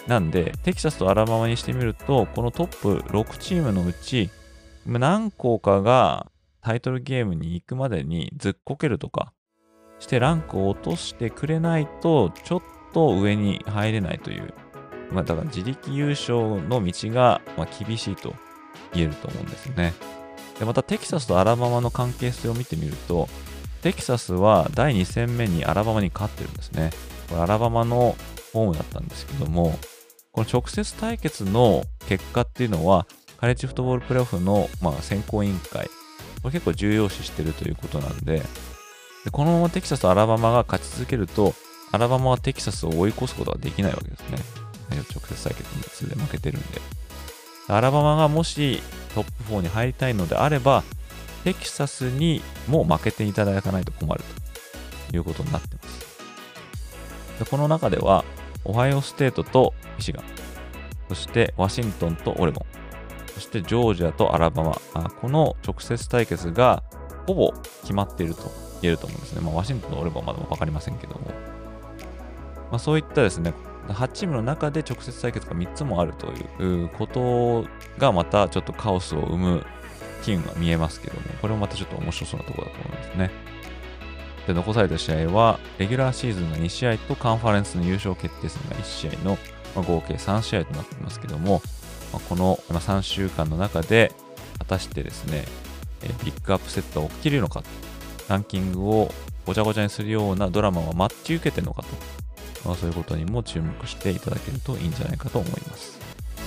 なんで、テキサスとアラバマにしてみると、このトップろくチームのうち、何校かがタイトルゲームに行くまでにずっこけるとかしてランクを落としてくれないと、ちょっと上に入れないという、まあ、だから自力優勝の道がまあ厳しいと言えると思うんですよね。で、またテキサスとアラバマの関係性を見てみると、テキサスはだいに戦目にアラバマに勝ってるんですね。これアラバマのホームだったんですけども、この直接対決の結果っていうのは、カレッジフットボールプレーオフの、まあ、選考委員会、これ結構重要視してるということなんで、でこのままテキサスとアラバマが勝ち続けると、アラバマはテキサスを追い越すことができないわけですね。直接対決にすで負けてるんで。アラバマがもしトップフォーに入りたいのであれば、テキサスにも負けていただかないと困るということになっています。でこの中では、オハイオステートとミシガン、そしてワシントンとオレゴン、そしてジョージアとアラバマ、あこの直接対決がほぼ決まっていると言えると思うんですね。まあ、ワシントンとオレゴンはまだ分かりませんけども、まあ、そういったですね、はちチームの中で直接対決がみっつもあるということがまたちょっとカオスを生む機運が見えますけども、これもまたちょっと面白そうなところだと思いますね。で、残された試合は、レギュラーシーズンがに試合とカンファレンスの優勝決定戦がいち試合の、まあ、合計さん試合となっていますけども、まあ、このさんしゅうかんの中で、果たしてですね、えビッグアップセットが起きるのか、ランキングをごちゃごちゃにするようなドラマは待ち受けてるのかと、まあ、そういうことにも注目していただけるといいんじゃないかと思います。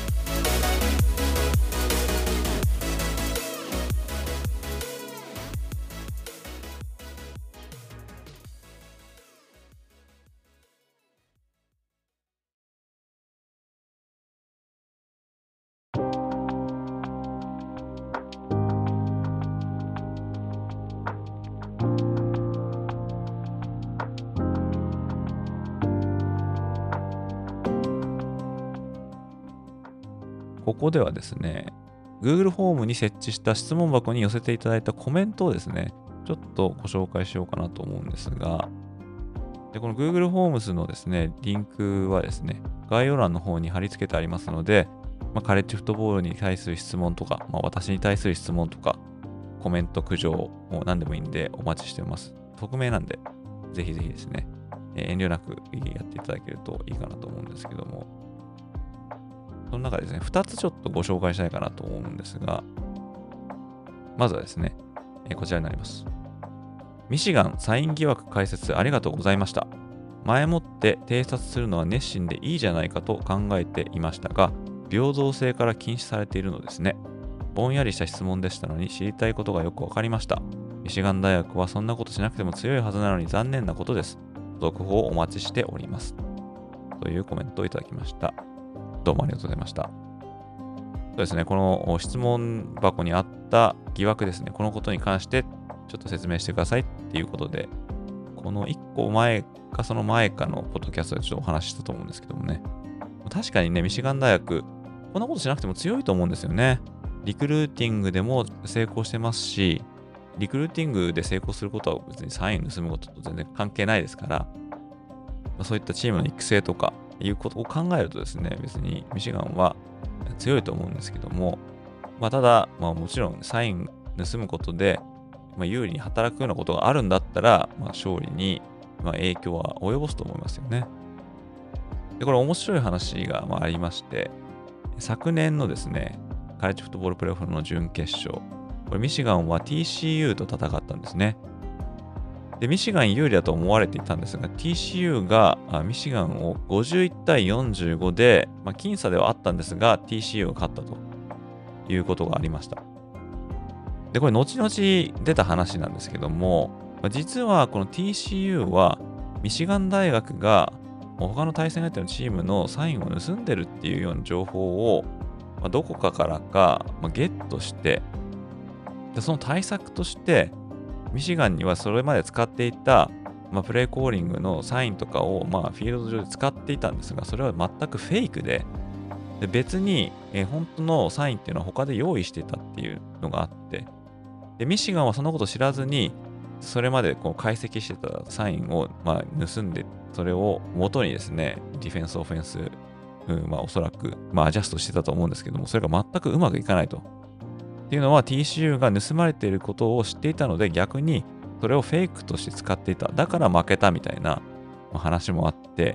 ここではですね、Google フォームに設置した質問箱に寄せていただいたコメントをですね、ちょっとご紹介しようかなと思うんですが、でこの Google フォームズのですね、リンクはですね、概要欄の方に貼り付けてありますので、まあ、カレッジフットボールに対する質問とか、まあ、私に対する質問とか、コメント、苦情、もう何でもいいんでお待ちしています。匿名なんで、ぜひぜひですね、えー遠慮なくやっていただけるといいかなと思うんですけども、その中でですね、ふたつちょっとご紹介したいかなと思うんですが、まずはですね、えーこちらになります。ミシガンサイン疑惑解説ありがとうございました。前もって偵察するのは熱心でいいじゃないかと考えていましたが、平等性から禁止されているのですね。ぼんやりした質問でしたのに知りたいことがよくわかりました。ミシガン大学はそんなことしなくても強いはずなのに残念なことです。続報をお待ちしております。というコメントをいただきました。どうもありがとうございました。そうですね、この質問箱にあった疑惑ですね、このことに関してちょっと説明してくださいっていうことで、このいっこまえかその前かのポッドキャストでちょっとお話ししたと思うんですけどもね、確かにね、ミシガン大学、こんなことしなくても強いと思うんですよね。リクルーティングでも成功してますし、リクルーティングで成功することは別にサイン盗むことと全然関係ないですから、まあ、そういったチームの育成とかいうことを考えるとですね、別にミシガンは強いと思うんですけども、まあ、ただ、まあ、もちろんサイン盗むことで、まあ、有利に働くようなことがあるんだったら、まあ、勝利にまあ影響は及ぼすと思いますよね。で、これ面白い話がまあありまして、昨年のですね、カレッジフットボールプレーオフの準決勝、これミシガンは ティーシーユー と戦ったんですね。で、ミシガン有利だと思われていたんですが、ティーシーユー がミシガンをごじゅういちたいよんじゅうごで、まあ、僅差ではあったんですが、ティーシーユー が勝ったということがありました。で、これ後々出た話なんですけども、まあ、実はこの ティーシーユー はミシガン大学が他の対戦相手のチームのサインを盗んでるっていうような情報を、まあ、どこかからか、まあ、ゲットして、でその対策として、ミシガンにはそれまで使っていた、まあ、プレイコーリングのサインとかを、まあ、フィールド上で使っていたんですが、それは全くフェイクで、で別に、えー本当のサインっていうのは他で用意していたっていうのがあって、でミシガンはそのことを知らずに、それまでこう解析してたサインを、まあ、盗んで、それを元にですね、ディフェンス、オフェンスうん、まあおそらく、まあアジャストしてたと思うんですけども、それが全くうまくいかないと。っていうのは ティーシーユー が盗まれていることを知っていたので、逆にそれをフェイクとして使っていた。だから負けたみたいな話もあって、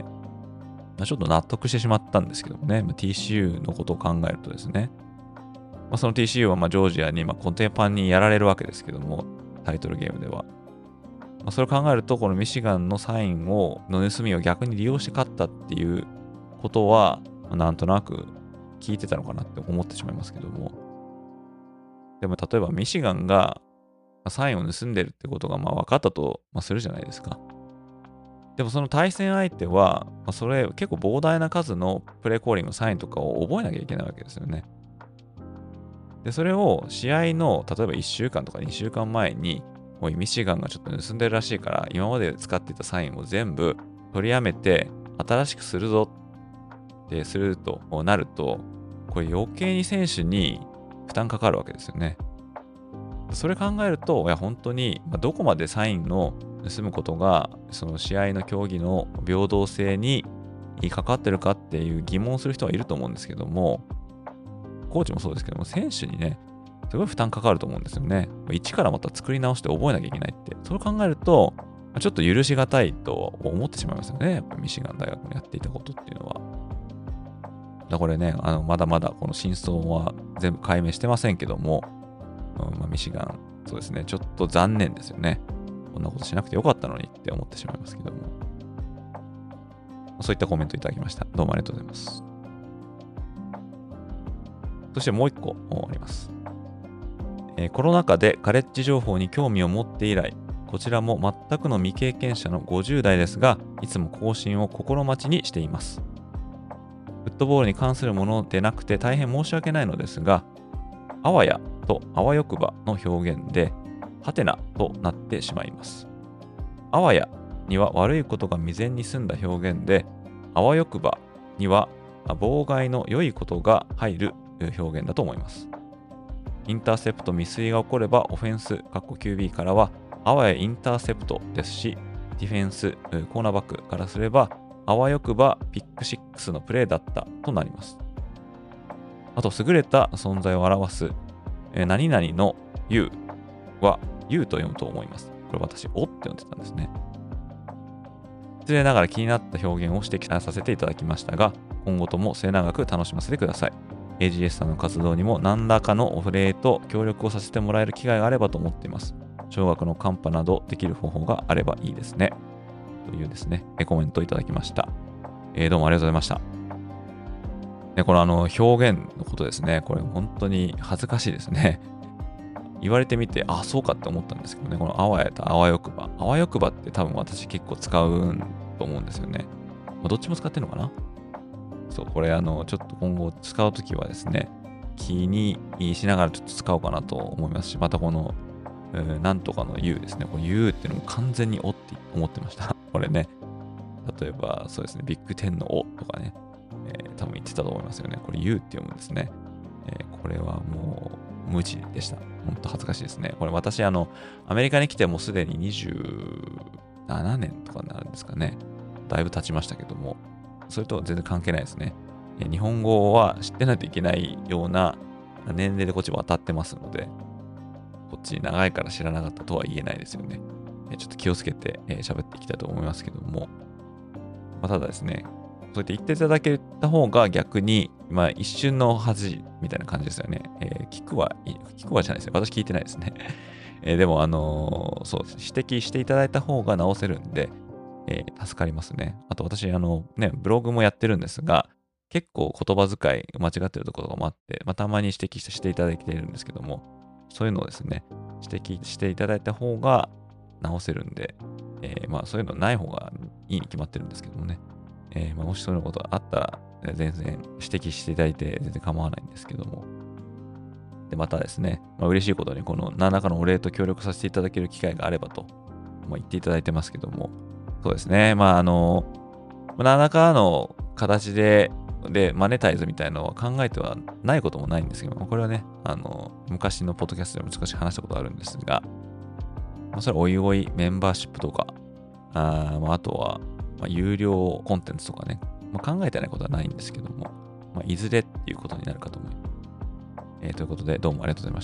ちょっと納得してしまったんですけどもね、ティーシーユー のことを考えるとですね、まあ、その ティーシーユー はまあジョージアにまあコテンパンにやられるわけですけども、タイトルゲームでは。まあ、それを考えると、このミシガンのサインをの盗みを逆に利用して勝ったっていうことは、なんとなく聞いてたのかなって思ってしまいますけども。でも例えばミシガンがサインを盗んでるってことがまあ分かったと、まあ、するじゃないですか。でもその対戦相手は、まあ、それ結構膨大な数のプレイコーリングのサインとかを覚えなきゃいけないわけですよね。で、それを試合の例えばいっしゅうかんとかにしゅうかんまえに、おい、ミシガンがちょっと盗んでるらしいから、今まで使っていたサインを全部取りやめて、新しくするぞってするとなると、これ余計に選手に負担かかるわけですよね。それ考えると、いや本当にどこまでサインを盗むことが、その試合の競技の平等性に関わってるかっていう疑問をする人はいると思うんですけども、コーチもそうですけども、選手にね、すごい負担かかると思うんですよね。一からまた作り直して覚えなきゃいけないって。それを考えると、ちょっと許しがたいと思ってしまいますよね。やっぱミシガン大学のやっていたことっていうのは。だこれね、あのまだまだこの真相は全部解明してませんけども、うんまあ、ミシガン、そうですね、ちょっと残念ですよね。こんなことしなくてよかったのにって思ってしまいますけども。そういったコメントいただきました。どうもありがとうございます。そしてもう一個あります。えー、コロナ禍でカレッジ情報に興味を持って以来、こちらも全くの未経験者のごじゅう代ですが、いつも更新を心待ちにしています。フットボールに関するものでなくて大変申し訳ないのですが、あわやとあわよくばの表現で、はてなとなってしまいます。あわやには悪いことが未然に済んだ表現で、あわよくばには妨害の良いことが入る表現だと思います。インターセプト未遂が起こればオフェンス キュービー からはあわやインターセプトですし、ディフェンスコーナーバックからすればあわよくばピックシックスのプレーだったとなります。あと優れた存在を表す何々の You は You と読むと思います。これ私おって読んでたんですね。失礼ながら気になった表現を指摘させていただきましたが、今後とも末永く楽しませてください。エージーエス さんの活動にも何らかのオフレーと協力をさせてもらえる機会があればと思っています。小学のカンパなどできる方法があればいいですね。というですね、コメントをいただきました。えー、どうもありがとうございました。ね、このあの表現のことですね、これ本当に恥ずかしいですね。言われてみて、あ、そうかって思ったんですけどね、このあわやとあわよくば。あわよくばって多分私結構使うと思うんですよね。まあ、どっちも使ってるのかな？そう、これあの、ちょっと今後使うときはですね、気にしながらちょっと使おうかなと思いますし、またこの、えー、なんとかの U ですね。この U っていうのも完全におって思ってました。これね、例えばそうですね、ビッグテンのおとかね、えー、多分言ってたと思いますよね。これ U って読むんですね。えー、これはもう無知でした。本当恥ずかしいですね。これ私、あの、アメリカに来てもうすでににじゅうななねんとかになるんですかね。だいぶ経ちましたけども、それとは全然関係ないですね。日本語は知ってないといけないような年齢でこっち渡ってますので、こっち長いから知らなかったとは言えないですよね。ちょっと気をつけて喋っていきたいと思いますけども、まあ、ただですね、そうやって言っていただけた方が逆に、まあ一瞬の恥みたいな感じですよね。えー、聞くは、聞くはじゃないですね。私聞いてないですね。えー、でも、あのー、そうです。指摘していただいた方が直せるんで、えー、助かりますね。あと私、あのね、ブログもやってるんですが、結構言葉遣い間違ってるところもあって、まあ、たまに指摘していただいているんですけども、そういうのをですね、指摘していただいた方が直せるんで、えー、まあそういうのない方がいいに決まってるんですけどもね。えーまあ、もしそういうことがあったら、全然指摘していただいて全然構わないんですけども。で、またですね、まあ、嬉しいことにこの何らかのお礼と協力させていただける機会があればと、まあ、言っていただいてますけども、そうですね。まあ、あの、何らかの形で、で、マネタイズみたいなのは考えてはないこともないんですけども、これはね、あの、昔のポッドキャストでも少し話したことあるんですが、まあ、それはおいおいメンバーシップとか、あ, まああとは、まあ、有料コンテンツとかね、 まあ、考えてないことはないんですけども、まあ、いずれっていうことになるかと思います。えー、ということで、どうもありがとうございました。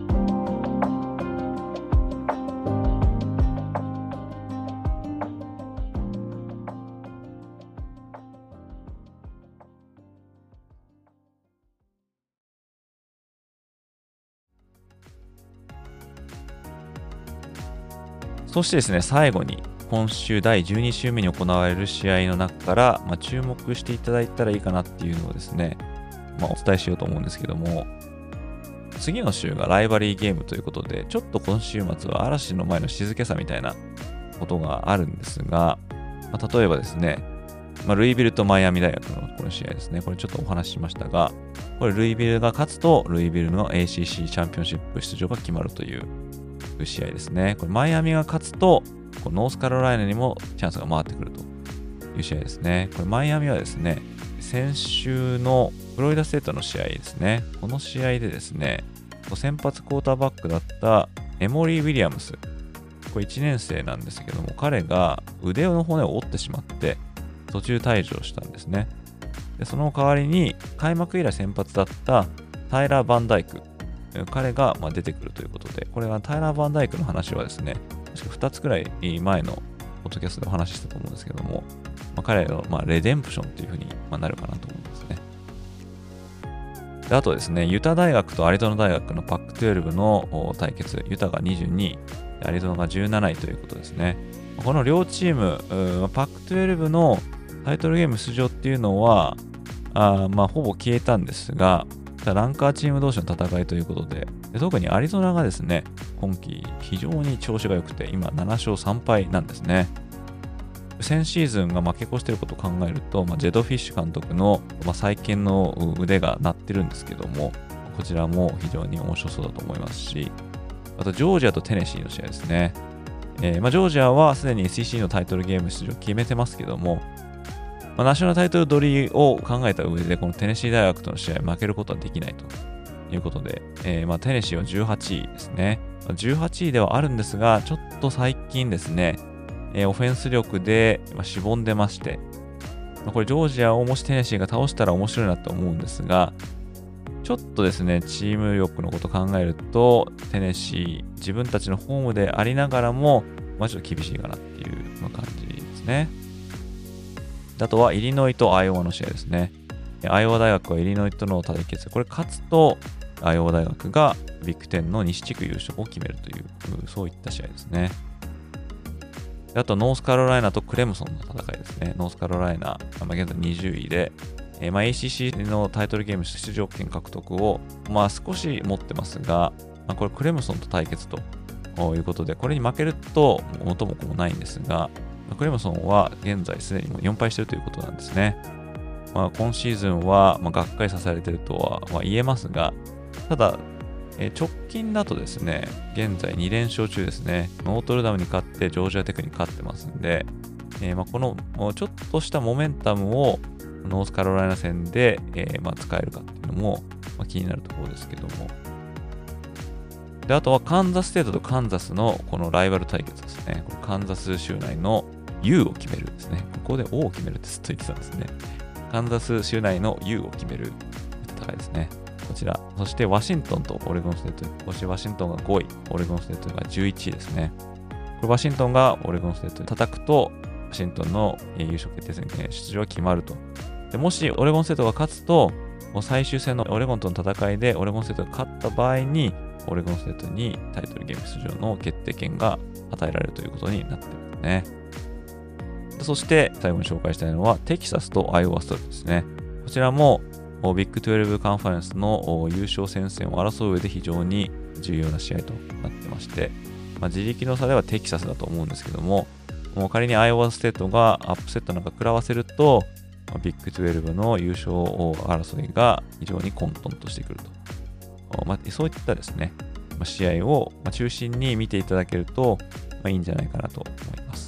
そしてですね、最後に、今週だいじゅうに週目に行われる試合の中から、まあ、注目していただいたらいいかなっていうのをですね、まあ、お伝えしようと思うんですけども、次の週がライバリーゲームということで、ちょっと今週末は嵐の前の静けさみたいなことがあるんですが、まあ、例えばですね、まあ、ルイビルとマイアミ大学のこの試合ですね、これちょっとお話ししましたが、これルイビルが勝つと、ルイビルの エーシーシー チャンピオンシップ出場が決まるという試合ですね。これマイアミが勝つと、このノースカロライナにもチャンスが回ってくるという試合ですね。これマイアミはですね、先週のフロリダステートの試合ですね。この試合でですね、先発クォーターバックだったエモリー・ウィリアムス。これいちねん生なんですけども、彼が腕の骨を折ってしまって、途中退場したんですね。でその代わりに、開幕以来先発だったタイラー・バンダイク。彼がまあ出てくるということで、これはタイラー・バンダイクの話はですね、確かふたつくらい前のポッドキャストでお話ししたと思うんですけども、まあ、彼のまあレデンプションというふうになるかなと思いますね。であとですね、ユタ大学とアリゾナ大学のパックじゅうにの対決、ユタがにじゅうにい、アリゾナがじゅうなないということですね。この両チーム、パックじゅうにのタイトルゲーム出場っていうのは、あまあ、ほぼ消えたんですが、ランカーチーム同士の戦いということで、で特にアリゾナがですね、今季非常に調子が良くて、今ななしょうさんぱいなんですね。先シーズンが負け越していることを考えると、まあ、ジェドフィッシュ監督の、まあ、再建の腕が鳴ってるんですけども、こちらも非常に面白そうだと思いますし、あとジョージアとテネシーの試合ですね。えーまあ、ジョージアはすでに エスイーシー のタイトルゲーム出場を決めてますけども、まあ、ナショナルタイトル取りを考えた上で、このテネシー大学との試合負けることはできないということで、えーまあ、テネシーはじゅうはちいですね。じゅうはちいではあるんですが、ちょっと最近ですね、えー、オフェンス力でしぼんでまして、まあ、これジョージアをもしテネシーが倒したら面白いなと思うんですが、ちょっとですね、チーム力のことを考えると、テネシー、自分たちのホームでありながらも、まあ、ちょっと厳しいかなっていう感じですね。あとはイリノイとアイオワの試合ですね。アイオワ大学はイリノイとの対決。これ勝つと、アイオワ大学がビッグテンの西地区優勝を決めるという、そういった試合ですね。あと、ノースカロライナとクレムソンの戦いですね。ノースカロライナ、まあ、現在にじゅういで、えーまあ、エーシーシー のタイトルゲーム出場権獲得を、まあ、少し持ってますが、まあ、これクレムソンと対決ということで、これに負けると元も子もないんですが、クレムソンは現在すでにもうよんぱいしているということなんですね。まあ、今シーズンは、まあ、がっかりさせられているとは、まあ、言えますが、ただ、えー、直近だとですね、現在に連勝中ですね。ノートルダムに勝って、ジョージアテクに勝ってますんで、えーまあ、このちょっとしたモメンタムをノースカロライナ戦で、えーまあ、使えるかっていうのも、まあ、気になるところですけども。で、あとはカンザスステートとカンザスのこのライバル対決ですね。このカンザス州内の U を決めるですね。ここで O を決めるってずっと言ってたんですね。カンザス州内の U を決める戦いですね。こちら。そしてワシントンとオレゴンステート。そしてワシントンがごい、オレゴンステートがじゅういちいですね。これワシントンがオレゴンステートで叩くと、ワシントンの優勝決定戦で出場が決まると。でもしオレゴンステートが勝つと、最終戦のオレゴンとの戦いでオレゴンステートが勝った場合に、オレゴンステートにタイトルゲーム出場の決定権が与えられるということになっていますね。そして最後に紹介したいのはテキサスとアイオワステートですね。こちらもビッグじゅうにカンファレンスの優勝戦線を争う上で非常に重要な試合となってまして、まあ、自力の差ではテキサスだと思うんですけども、もう仮にアイオワステートがアップセットなんか食らわせると、ビッグじゅうにの優勝争いが非常に混沌としてくると。まあ、そういったですね、まあ、試合を中心に見ていただけると、まあ、いいんじゃないかなと思います。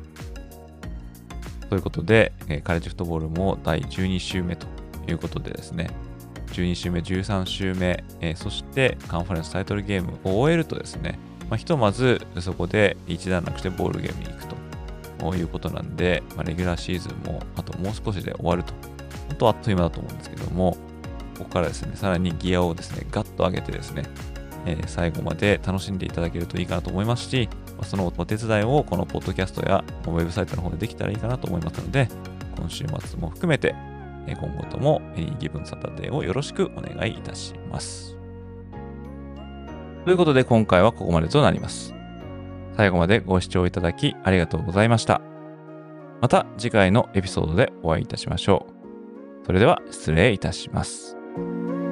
ということで、えー、カレッジフットボールもだいじゅうに週目ということでですね、じゅうに週目、じゅうさん週目、えー、そしてカンファレンスタイトルゲームを終えるとですね、まあ、ひとまずそこで一段落してボールゲームに行くいうことなんで、まあ、レギュラーシーズンもあともう少しで終わると。本当はあっという間だと思うんですけども、ここからですね、さらにギアをですね、ガッと上げてですね、えー、最後まで楽しんでいただけるといいかなと思いますし、そのお手伝いをこのポッドキャストやウェブサイトの方でできたらいいかなと思いますので、今週末も含めて、今後ともギブンサタデーをよろしくお願いいたします。ということで今回はここまでとなります。最後までご視聴いただきありがとうございました。また次回のエピソードでお会いいたしましょう。それでは失礼いたします。